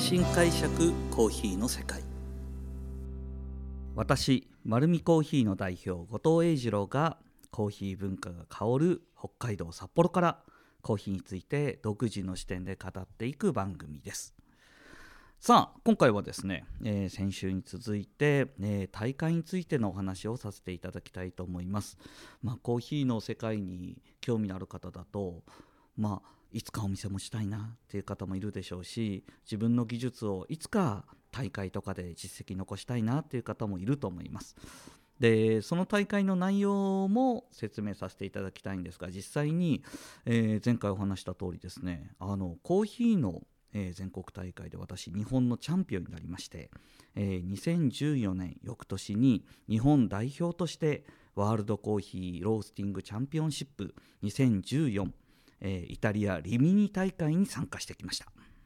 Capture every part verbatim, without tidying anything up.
新解釈コーヒーの世界。私丸見コーヒーの代表後藤英二郎がコーヒー文化が香る北海道札幌からコーヒーについて独自の視点で語っていく番組です。さあ今回はですね、えー、先週に続いて、えー、大会についてのお話をさせていただきたいと思います。まあ、コーヒーの世界に興味のある方だと、まあ、いつかお店もしたいなっていう方もいるでしょうし、自分の技術をいつか大会とかで実績残したいなっていう方もいると思います。でその大会の内容も説明させていただきたいんですが、実際に、えー、前回お話した通りですね、あのコーヒーのえー、全国大会で私日本のチャンピオンになりまして、えー、にせんじゅうよねん翌年に日本代表としてワールドコーヒーロースティングチャンピオンシップにせんじゅうよん、えー、イタリアリミニ大会に参加してきました。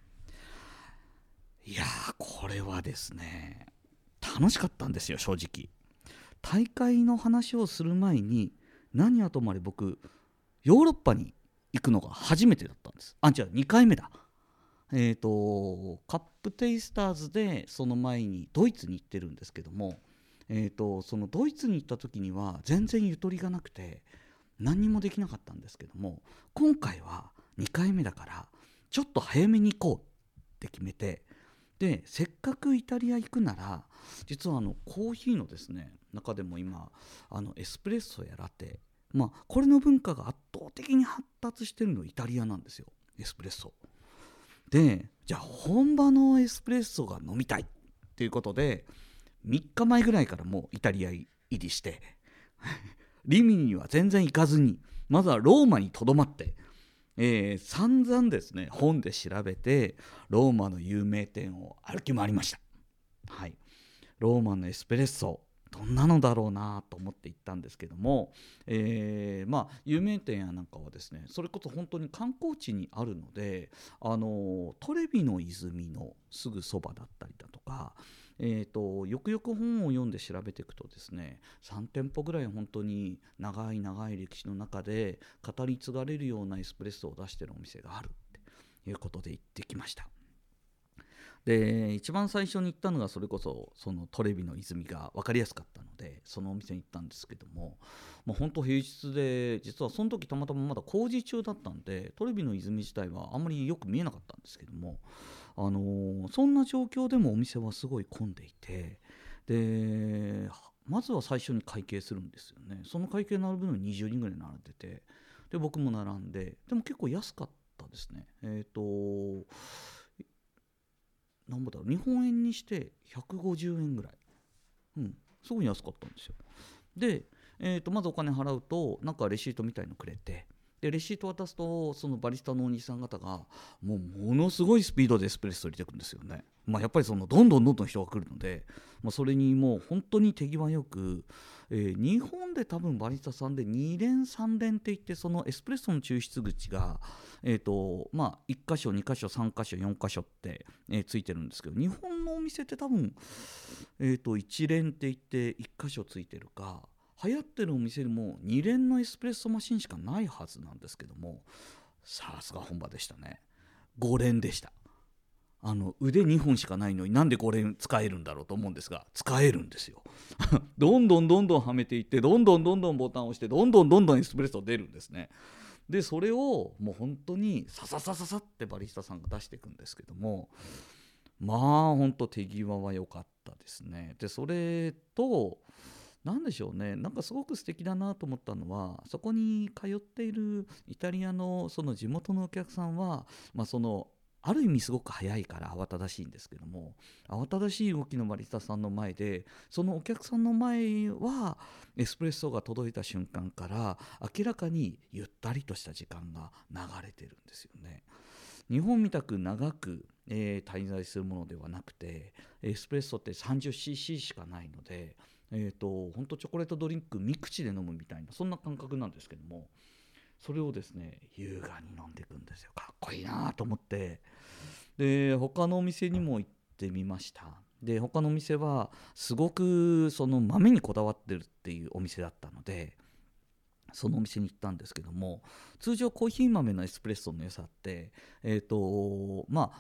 いやーこれはですね楽しかったんですよ。正直大会の話をする前に何はともあれ僕ヨーロッパに行くのが初めてだったんです。あ、違うにかいめだ。えーと、カップテイスターズでその前にドイツに行ってるんですけども、えーと、そのドイツに行った時には全然ゆとりがなくて何にもできなかったんですけども、今回はにかいめだからちょっと早めに行こうって決めて、でせっかくイタリア行くなら実はあのコーヒーのですね中でも今あのエスプレッソやラテ、まあこれの文化が圧倒的に発達してるのイタリアなんですよ、エスプレッソで。じゃあ本場のエスプレッソが飲みたいっていうことでみっかまえぐらいからもうイタリア入りしてリミには全然行かずにまずはローマにとどまって、えー、散々ですね本で調べてローマの有名店を歩き回りました。はい、ローマのエスプレッソどんなのだろうなと思って行ったんですけども、えー、まあ有名店やなんかはですねそれこそ本当に観光地にあるので、あのトレビの泉のすぐそばだったりだとか、えーと、よくよく本を読んで調べていくとですねさん店舗ぐらい本当に長い長い歴史の中で語り継がれるようなエスプレッソを出しているお店があるっていうことで行ってきました。で一番最初に行ったのがそれこそそのトレビの泉が分かりやすかったのでそのお店に行ったんですけども、もう本当平日で実はその時たまたままだ工事中だったんでトレビの泉自体はあんまりよく見えなかったんですけども、あのー、そんな状況でもお店はすごい混んでいて、でまずは最初に会計するんですよね。その会計並ぶのににじゅうにんぐらい並んでて、で僕も並んで、でも結構安かったですね。えっ、ー、となんぼだろう日本円にしてひゃくごじゅうえんぐらい、うん、すごい安かったんですよ。で、えー、とまずお金払うとなんかレシートみたいのくれて、でレシート渡すとそのバリスタのお兄さん方がもうものすごいスピードでエスプレッソ入れていくんですよね。まあ、やっぱりそのどんどんどんどん人が来るので、まあ、それにもう本当に手際よく、えー、日本で多分バリスタさんでに連さん連っていって、そのエスプレッソの抽出口が、えーとまあ、いっ箇所に箇所さん箇所よん箇所って、えー、ついてるんですけど、日本のお店って多分、えー、といち連っていっていっ箇所ついてるか、流行ってるお店でもに連のエスプレッソマシンしかないはずなんですけども、さすが本場でしたね。ご連でした。あの腕にほんしかないのになんでご連使えるんだろうと思うんですが、使えるんですよどんどんどんどんはめていって、どんどんどんどんボタンを押して、どんどんどんどんエスプレッソ出るんですね。でそれをもう本当にサササササってバリスタさんが出していくんですけども、まあ本当手際は良かったですね。でそれとなんでしょうね、なんかすごく素敵だなと思ったのは、そこに通っているイタリアのその地元のお客さんは、まあ、そのある意味すごく早いから慌ただしいんですけども、慌ただしい動きのバリスタさんの前で、そのお客さんの前はエスプレッソが届いた瞬間から明らかにゆったりとした時間が流れてるんですよね。日本みたく長く、えー滞在するものではなくて、エスプレッソって さんじゅうシーシー しかないので、えーと、本当チョコレートドリンク三口で飲むみたいなそんな感覚なんですけども、それをですね優雅に飲んでいくんですよ。かっこいいなと思って、で他のお店にも行ってみました。で他のお店はすごくその豆にこだわってるっていうお店だったので、そのお店に行ったんですけども、通常コーヒー豆のエスプレッソの良さって、えーとまあ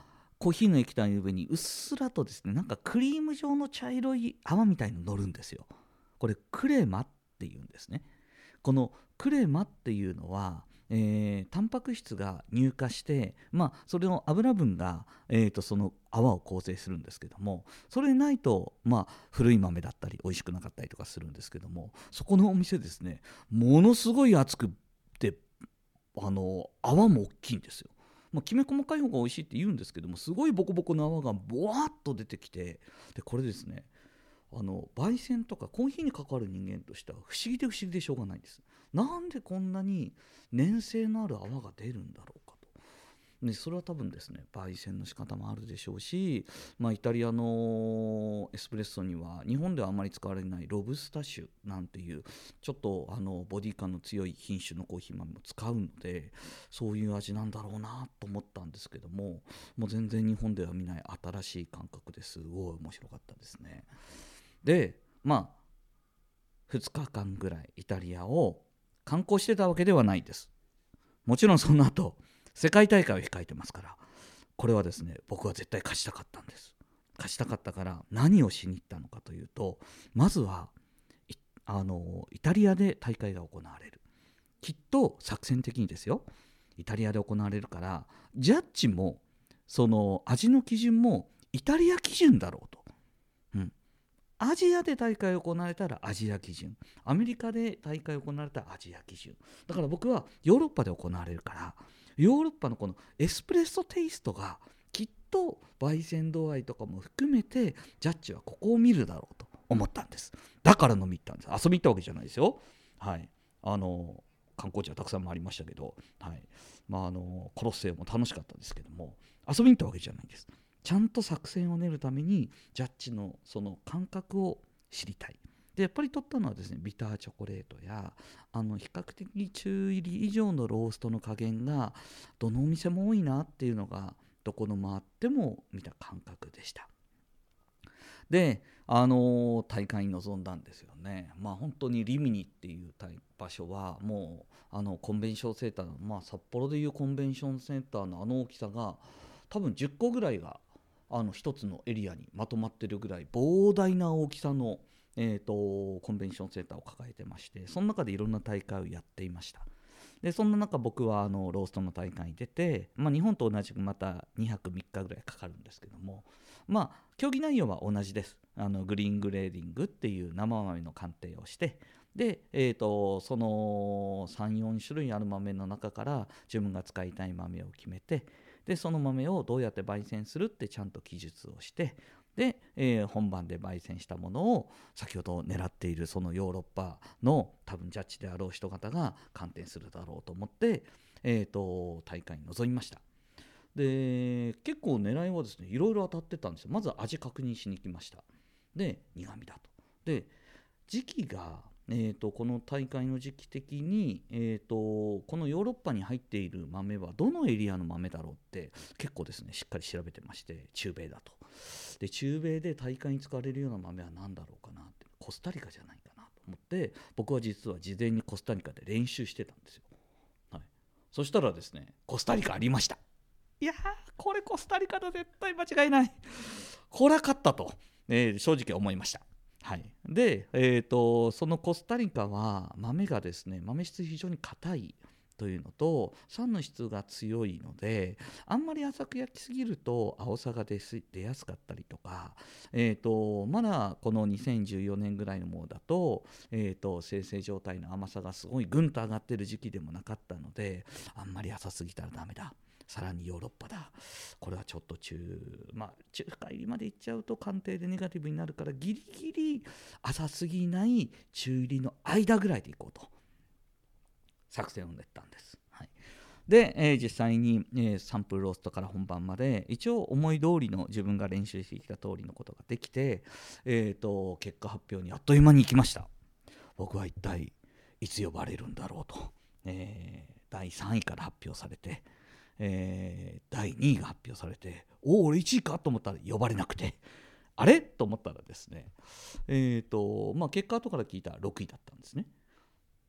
コーヒーの液体の上にうっすらとですね、なんかクリーム状の茶色い泡みたいの乗るんですよ。これクレマっていうんですね。このクレマっていうのは、えー、タンパク質が乳化して、まあ、それの油分が、えー、とその泡を構成するんですけども、それないと、まあ、古い豆だったり美味しくなかったりとかするんですけども、そこのお店ですね、ものすごい熱くて、あの泡も大きいんですよ。まあ、きめ細かい方が美味しいって言うんですけども、すごいボコボコの泡がボワーッと出てきて、でこれですね、あの焙煎とかコーヒーに関わる人間としては不思議で不思議でしょうがないんです。なんでこんなに粘性のある泡が出るんだろうかと。でそれは多分ですね、焙煎の仕方もあるでしょうし、まあ、イタリアのエスプレッソには日本ではあまり使われないロブスタ種なんていうちょっとあのボディ感の強い品種のコーヒー豆も使うので、そういう味なんだろうなと思ったんですけども、もう全然日本では見ない新しい感覚ですごい面白かったですね。でまあふつかかんぐらいイタリアを観光してたわけではないです。もちろんその後世界大会を控えてますから、これはですね、僕は絶対勝ちたかったんです。勝ちたかったから何をしに行ったのかというと、まずはあのイタリアで大会が行われる、きっと作戦的にですよ、イタリアで行われるからジャッジもその味の基準もイタリア基準だろうと、うん、アジアで大会が行われたらアジア基準、アメリカで大会が行われたらアジア基準だから、僕はヨーロッパで行われるからヨーロッパのこのエスプレッソテイストがきっと焙煎度合いとかも含めてジャッジはここを見るだろうと思ったんです。だから飲み行ったんです。遊び行ったわけじゃないですよ。はい、あの観光地はたくさん回りましたけど、はい、まあ、あのコロッセオも楽しかったですけども、遊びに行ったわけじゃないんです。ちゃんと作戦を練るためにジャッジのその感覚を知りたい。でやっぱり取ったのはですね、ビターチョコレートやあの比較的中入り以上のローストの加減がどのお店も多いなっていうのがどこの回っても見た感覚でした。で、あのー大会に臨んだんですよね。まあ本当にリミニっていう場所はもうあのコンベンションセンターの、まあ、札幌でいうコンベンションセンターのあの大きさが多分じゅっこぐらいがあの一つのエリアにまとまってるぐらい膨大な大きさの、えーとコンベンションセンターを抱えてまして、その中でいろんな大会をやっていました。でそんな中僕はあのローストの大会に出て、まあ、日本と同じくまたにはくみっかぐらいかかるんですけども、まあ競技内容は同じです。あのグリーングレーディングっていう生豆の鑑定をして、で、えーとそのさんよんしゅるいある豆の中から自分が使いたい豆を決めて、でその豆をどうやって焙煎するってちゃんと記述をして、で、えー本番で焙煎したものを先ほど狙っているそのヨーロッパの多分ジャッジであろう人方が鑑定するだろうと思って、えーと大会に臨みました。で結構狙いはですね、いろいろ当たってたんですよ。まずは味確認しに来ました。で苦味だと。で時期が、えーとこの大会の時期的に、えーとこのヨーロッパに入っている豆はどのエリアの豆だろうって結構ですねしっかり調べてまして、中米だと。で中米で大会に使われるような豆は何だろうかなって、コスタリカじゃないかなと思って、僕は実は事前にコスタリカで練習してたんですよ。はい、そしたらですね、コスタリカありました。いやー、これコスタリカだ、絶対間違いない、これは勝ったと、えー正直思いました。はい、で、えーとそのコスタリカは豆がですね、豆質非常に硬いというのと酸の質が強いので、あんまり浅く焼きすぎると青さが出す出やすかったりとか、えーとまだこのにせんじゅうよねんぐらいのものだと,、えーと生成状態の甘さがすごいぐんと上がってる時期でもなかったので、あんまり浅すぎたらダメだ、さらにヨーロッパだ、これはちょっと中、まあ、中深入りまでいっちゃうと鑑定でネガティブになるから、ギリギリ浅すぎない中入りの間ぐらいでいこうと作戦を練ったんです。はい、で、えー実際に、えーサンプルローストから本番まで一応思い通りの自分が練習してきた通りのことができて、えーと結果発表にあっという間に行きました。僕は一体いつ呼ばれるんだろうと、えーだいさんいから発表されて、えーだいにいが発表されて、おお俺いちいかと思ったら呼ばれなくて、あれと思ったらですね、えーとまあ、結果後から聞いたらろくいだったんですね。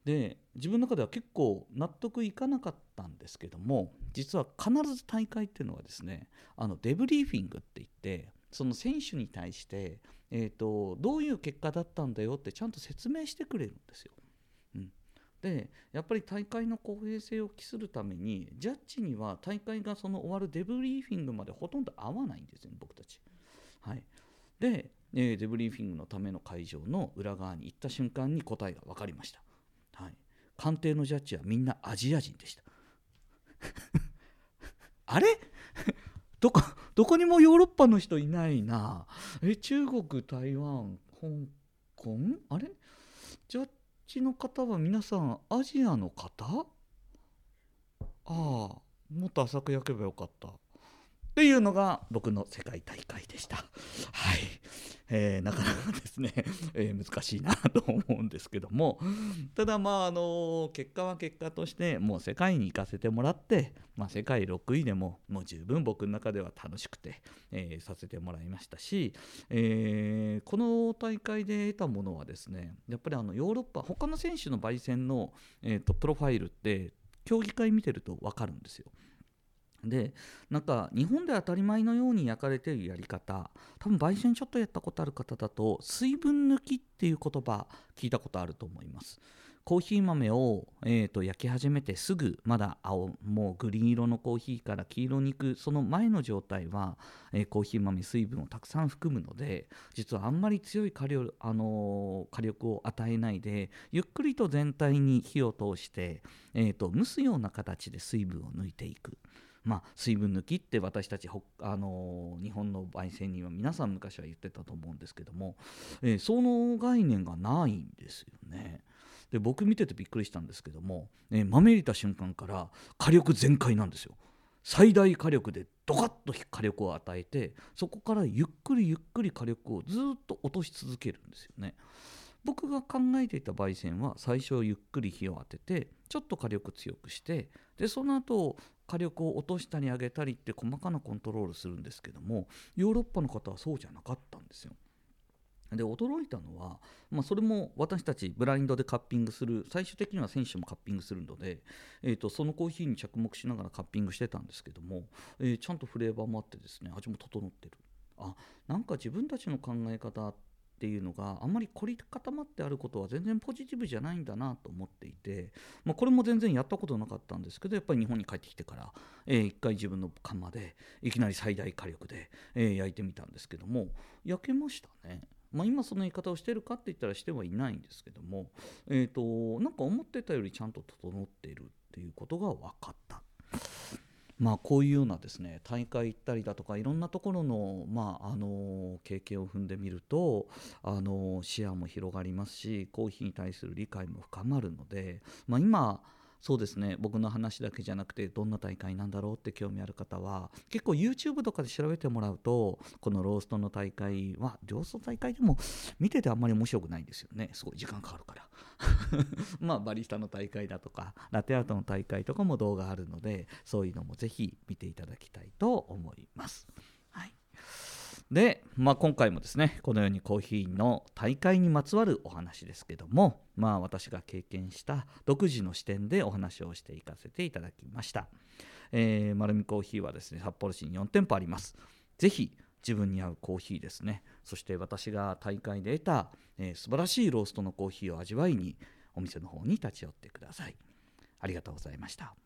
で自分の中では結構納得いかなかったんですけども、実は必ず大会っていうのはですね、あのデブリーフィングって言って、その選手に対して、えーと、どういう結果だったんだよってちゃんと説明してくれるんですよ。うん、でやっぱり大会の公平性を期するために、ジャッジには大会がその終わるデブリーフィングまでほとんど合わないんですよね、僕たち。はい、で、えーデブリーフィングのための会場の裏側に行った瞬間に答えが分かりました。はい、官邸のジャッジはみんなアジア人でした。あれどこどこにもヨーロッパの人いないな。え中国、台湾、香港、あれジャッジの方は皆さんアジアの方？ああ、もっと浅く焼けばよかったっていうのが僕の世界大会でした。はい、えー、なかなかですね、えー、難しいなと思うんですけども、ただまああの結果は結果としてもう世界に行かせてもらって、まあ、世界ろくいでももう十分僕の中では楽しくて、えー、させてもらいましたし、えー、この大会で得たものはですね、やっぱりあのヨーロッパ他の選手の焙煎の、えーと、プロファイルって競技会見てると分かるんですよ。でなんか日本で当たり前のように焼かれているやり方、多分焙煎ちょっとやったことある方だと水分抜きっていう言葉聞いたことあると思います。コーヒー豆を、えー、と焼き始めてすぐまだ青もうグリーン色のコーヒーから黄色に行くその前の状態は、えーコーヒー豆水分をたくさん含むので、実はあんまり強い火力、あのー火力を与えないでゆっくりと全体に火を通して、えー、と蒸すような形で水分を抜いていく。まあ、水分抜きって私たち、あのー日本の焙煎人は皆さん昔は言ってたと思うんですけども、えーその概念がないんですよね。で僕見ててびっくりしたんですけども、えー豆入れた瞬間から火力全開なんですよ。最大火力でドカッと火力を与えて、そこからゆっくりゆっくり火力をずっと落とし続けるんですよね。僕が考えていた焙煎は最初ゆっくり火を当ててちょっと火力強くして、でその後火力を落としたり上げたりって細かなコントロールするんですけども、ヨーロッパの方はそうじゃなかったんですよ。で驚いたのは、まあ、それも私たちブラインドでカッピングする、最終的には選手もカッピングするので、えー、とそのコーヒーに着目しながらカッピングしてたんですけども、えーちゃんとフレーバーもあってですね、味も整ってる。あ、なんか自分たちの考え方っていうのがあんまり凝り固まってあることは全然ポジティブじゃないんだなと思っていて、まあ、これも全然やったことなかったんですけど、やっぱり日本に帰ってきてから、えー、一回自分の窯でいきなり最大火力で、えー焼いてみたんですけども、焼けましたね。まあ、今その言い方をしてるかって言ったらしてはいないんですけども、えーとなんか思ってたよりちゃんと整っているっていうことが分かった。まあ、こういうようなですね大会行ったりだとかいろんなところの、まあ、あの経験を踏んでみると、あの視野も広がりますし、コーヒーに対する理解も深まるので、まあ、今そうですね、僕の話だけじゃなくてどんな大会なんだろうって興味ある方は結構 YouTube とかで調べてもらうと、このローストの大会はロースト大会でも見ててあんまり面白くないんですよね、すごい時間かかるからまあバリスタの大会だとかラテアートの大会とかも動画あるので、そういうのもぜひ見ていただきたいと思います。はい、で、まあ、今回もですねこのようにコーヒーの大会にまつわるお話ですけども、まあ、私が経験した独自の視点でお話をしていかせていただきました。えー、丸見コーヒーはですね札幌市によんてんぽあります。ぜひ自分に合うコーヒーですね、そして私が大会で得た、えー、素晴らしいローストのコーヒーを味わいにお店の方に立ち寄ってください。ありがとうございました。